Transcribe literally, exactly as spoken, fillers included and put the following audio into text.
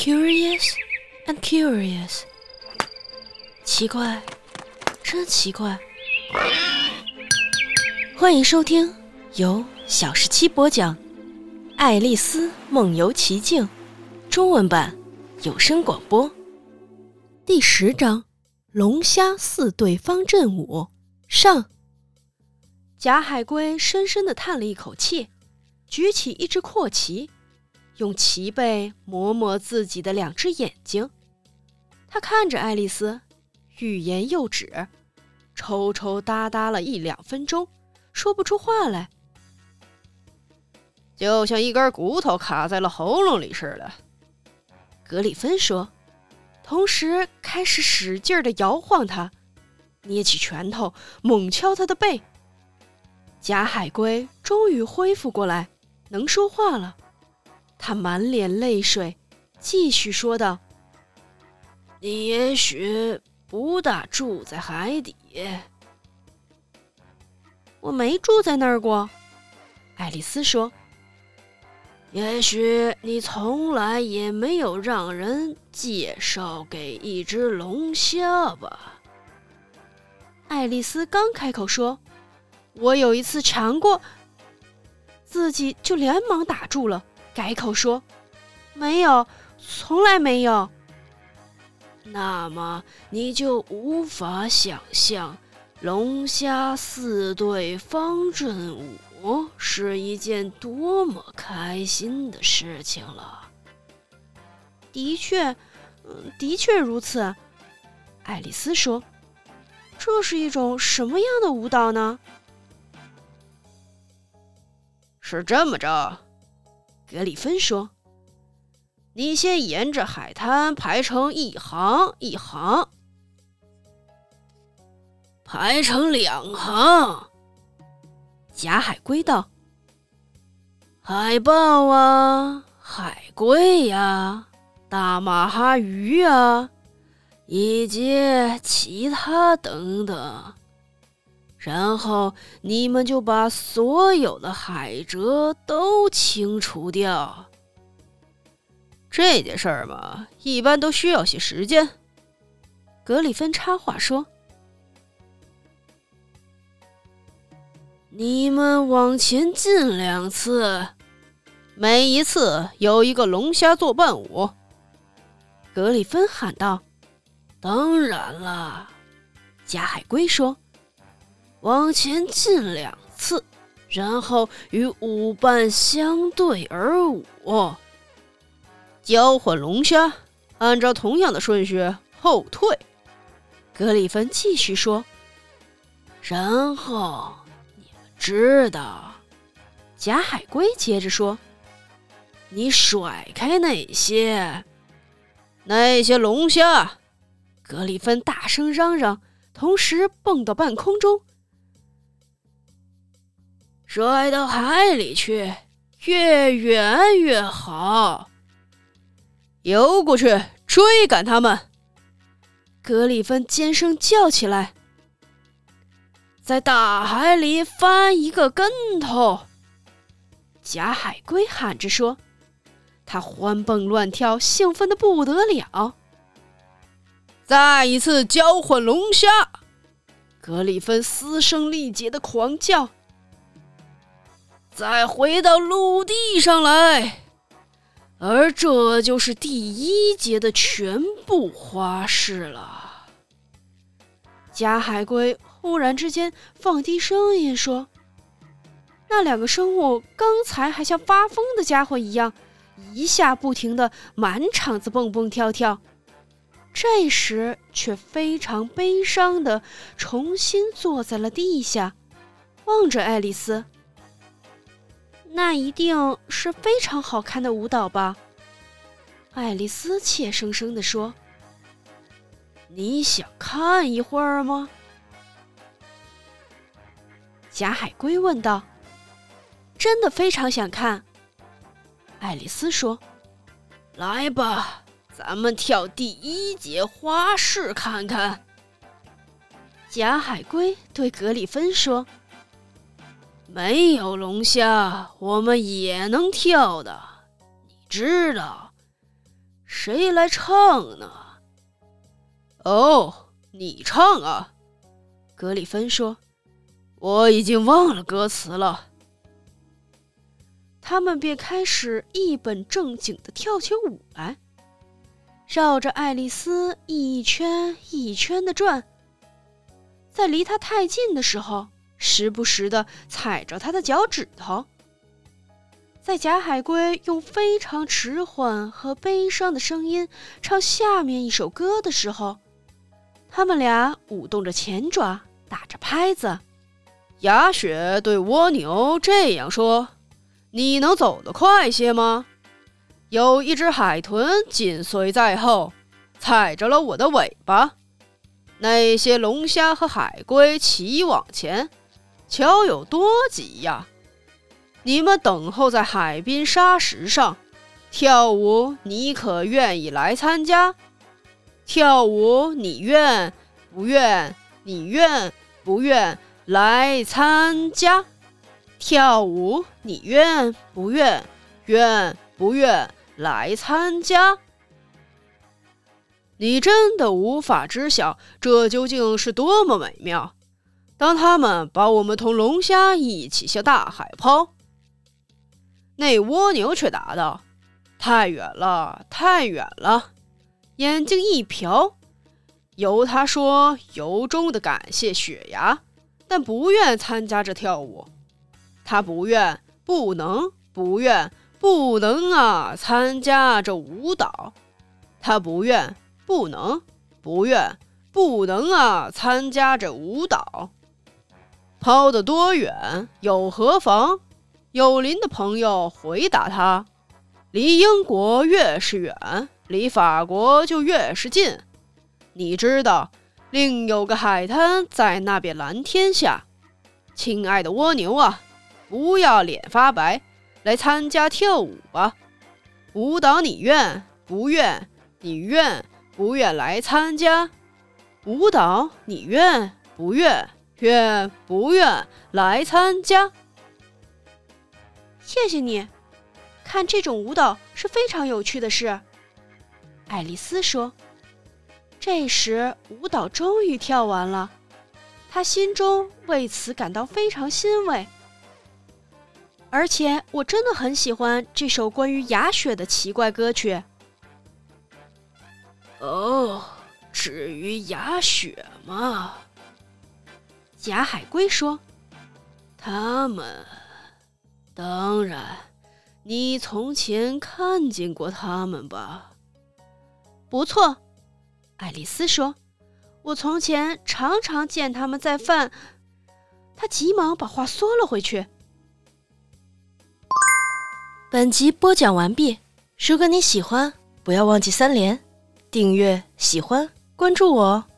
Curious and curious， 奇怪，真奇怪。欢迎收听由小十七播讲《爱丽丝梦游奇境》中文版有声广播第十章龙虾四对方阵舞上。贾海龟深深地叹了一口气，举起一只阔旗，用旗背抹抹自己的两只眼睛。他看着爱丽丝，欲言又止，抽抽搭搭了一两分钟，说不出话来， 就像一根骨头卡在了喉咙里似的。 格里芬说，同时开始使劲地摇晃他，捏起拳头猛敲他的背。贾海龟终于恢复过来，能说话了。他满脸泪水，继续说道： 你也许不大住在海底。 我没住在那儿过，爱丽丝说。 也许你从来也没有让人介绍给一只龙虾吧。 爱丽丝刚开口说我有一次尝过，自己就连忙打住了，改口说没有，从来没有。 那么你就无法想象龙虾四对方阵舞是一件多么开心的事情了。 的确，嗯，的确如此。爱丽丝说，这是一种什么样的舞蹈呢？ 是这么着，格里芬说，你先沿着海滩排成一行一行，排成两行。 贾海龟道， 海豹啊，海龟呀、啊，大马哈鱼啊，以及其他等等。然后你们就把所有的海蜇都清除掉。这件事儿嘛，一般都需要些时间。 格里芬插话说， 你们往前进两次，每一次有一个龙虾做伴舞。 格里芬喊道。 当然了，贾海龟说，往前进两次，然后与舞伴相对而舞。交换龙虾，按照同样的顺序后退。 格里芬继续说， 然后你们知道， 贾海龟接着说， 你甩开那些那些龙虾。 格里芬大声嚷嚷，同时蹦到半空中， 甩到海里去，越远越好。游过去追赶他们。 格里芬尖声叫起来， 在大海里翻一个跟头。 贾海龟喊着说，他欢蹦乱跳，兴奋得不得了。 再一次交换龙虾。 格里芬嘶声力竭地狂叫， 再回到陆地上来。而这就是第一节的全部花式了。 贾海龟忽然之间放低声音说，那两个生物刚才还像发疯的家伙一样，一下不停地满场子蹦蹦跳跳，这时却非常悲伤地重新坐在了地下，望着爱丽丝。那一定是非常好看的舞蹈吧？爱丽丝怯生生地说。 你想看一会儿吗？ 贾海龟问道。真的非常想看。爱丽丝说。 来吧，咱们跳第一节花式看看。 贾海龟对格里芬说。 没有龙虾，我们也能跳的，你知道。 谁来唱呢？”“哦，你唱啊。”格里芬说，“我已经忘了歌词了。” 他们便开始一本正经地跳起舞来，绕着爱丽丝一圈一圈地转，在离她太近的时候，时不时地踩着她的脚趾头。在假海龟用非常迟缓和悲伤的声音唱下面一首歌的时候，他们俩舞动着前爪，打着拍子。 雅雪对蜗牛这样说：“你能走得快些吗？”有一只海豚紧随在后，踩着了我的尾巴。那些龙虾和海龟齐往前，瞧有多急呀！你们等候在海滨沙石上跳舞，你可愿意来参加？跳舞你愿不愿？你愿不愿来参加？跳舞你愿不愿？愿不愿来参加？你真的无法知晓这究竟是多么美妙。当他们把我们同龙虾一起向大海抛，那蜗牛却答道：“太远了，太远了。”眼睛一瞟，由他说由衷的感谢雪牙，但不愿参加这跳舞。他不愿，不能，不愿，不能啊！参加这舞蹈。他不愿，不能，不愿，不能啊！参加这舞蹈。抛得多远又何妨？有邻的朋友回答他：“离英国越是远，离法国就越是近。你知道，另有个海滩在那边蓝天下。亲爱的蜗牛啊，不要脸发白，来参加跳舞吧。舞蹈你愿不愿？你愿不愿来参加？舞蹈你愿不愿？愿不愿来参加？” 谢谢你，看这种舞蹈是非常有趣的事，爱丽丝说。这时舞蹈终于跳完了，她心中为此感到非常欣慰。而且我真的很喜欢这首关于雅雪的奇怪歌曲。 哦，至于雅雪嘛， 假海龟说， 他们，当然，你从前看见过他们吧？ 不错，爱丽丝说，我从前常常见他们在饭。她急忙把话缩了回去。本集播讲完毕，如果你喜欢，不要忘记三连、订阅、喜欢、关注我哦。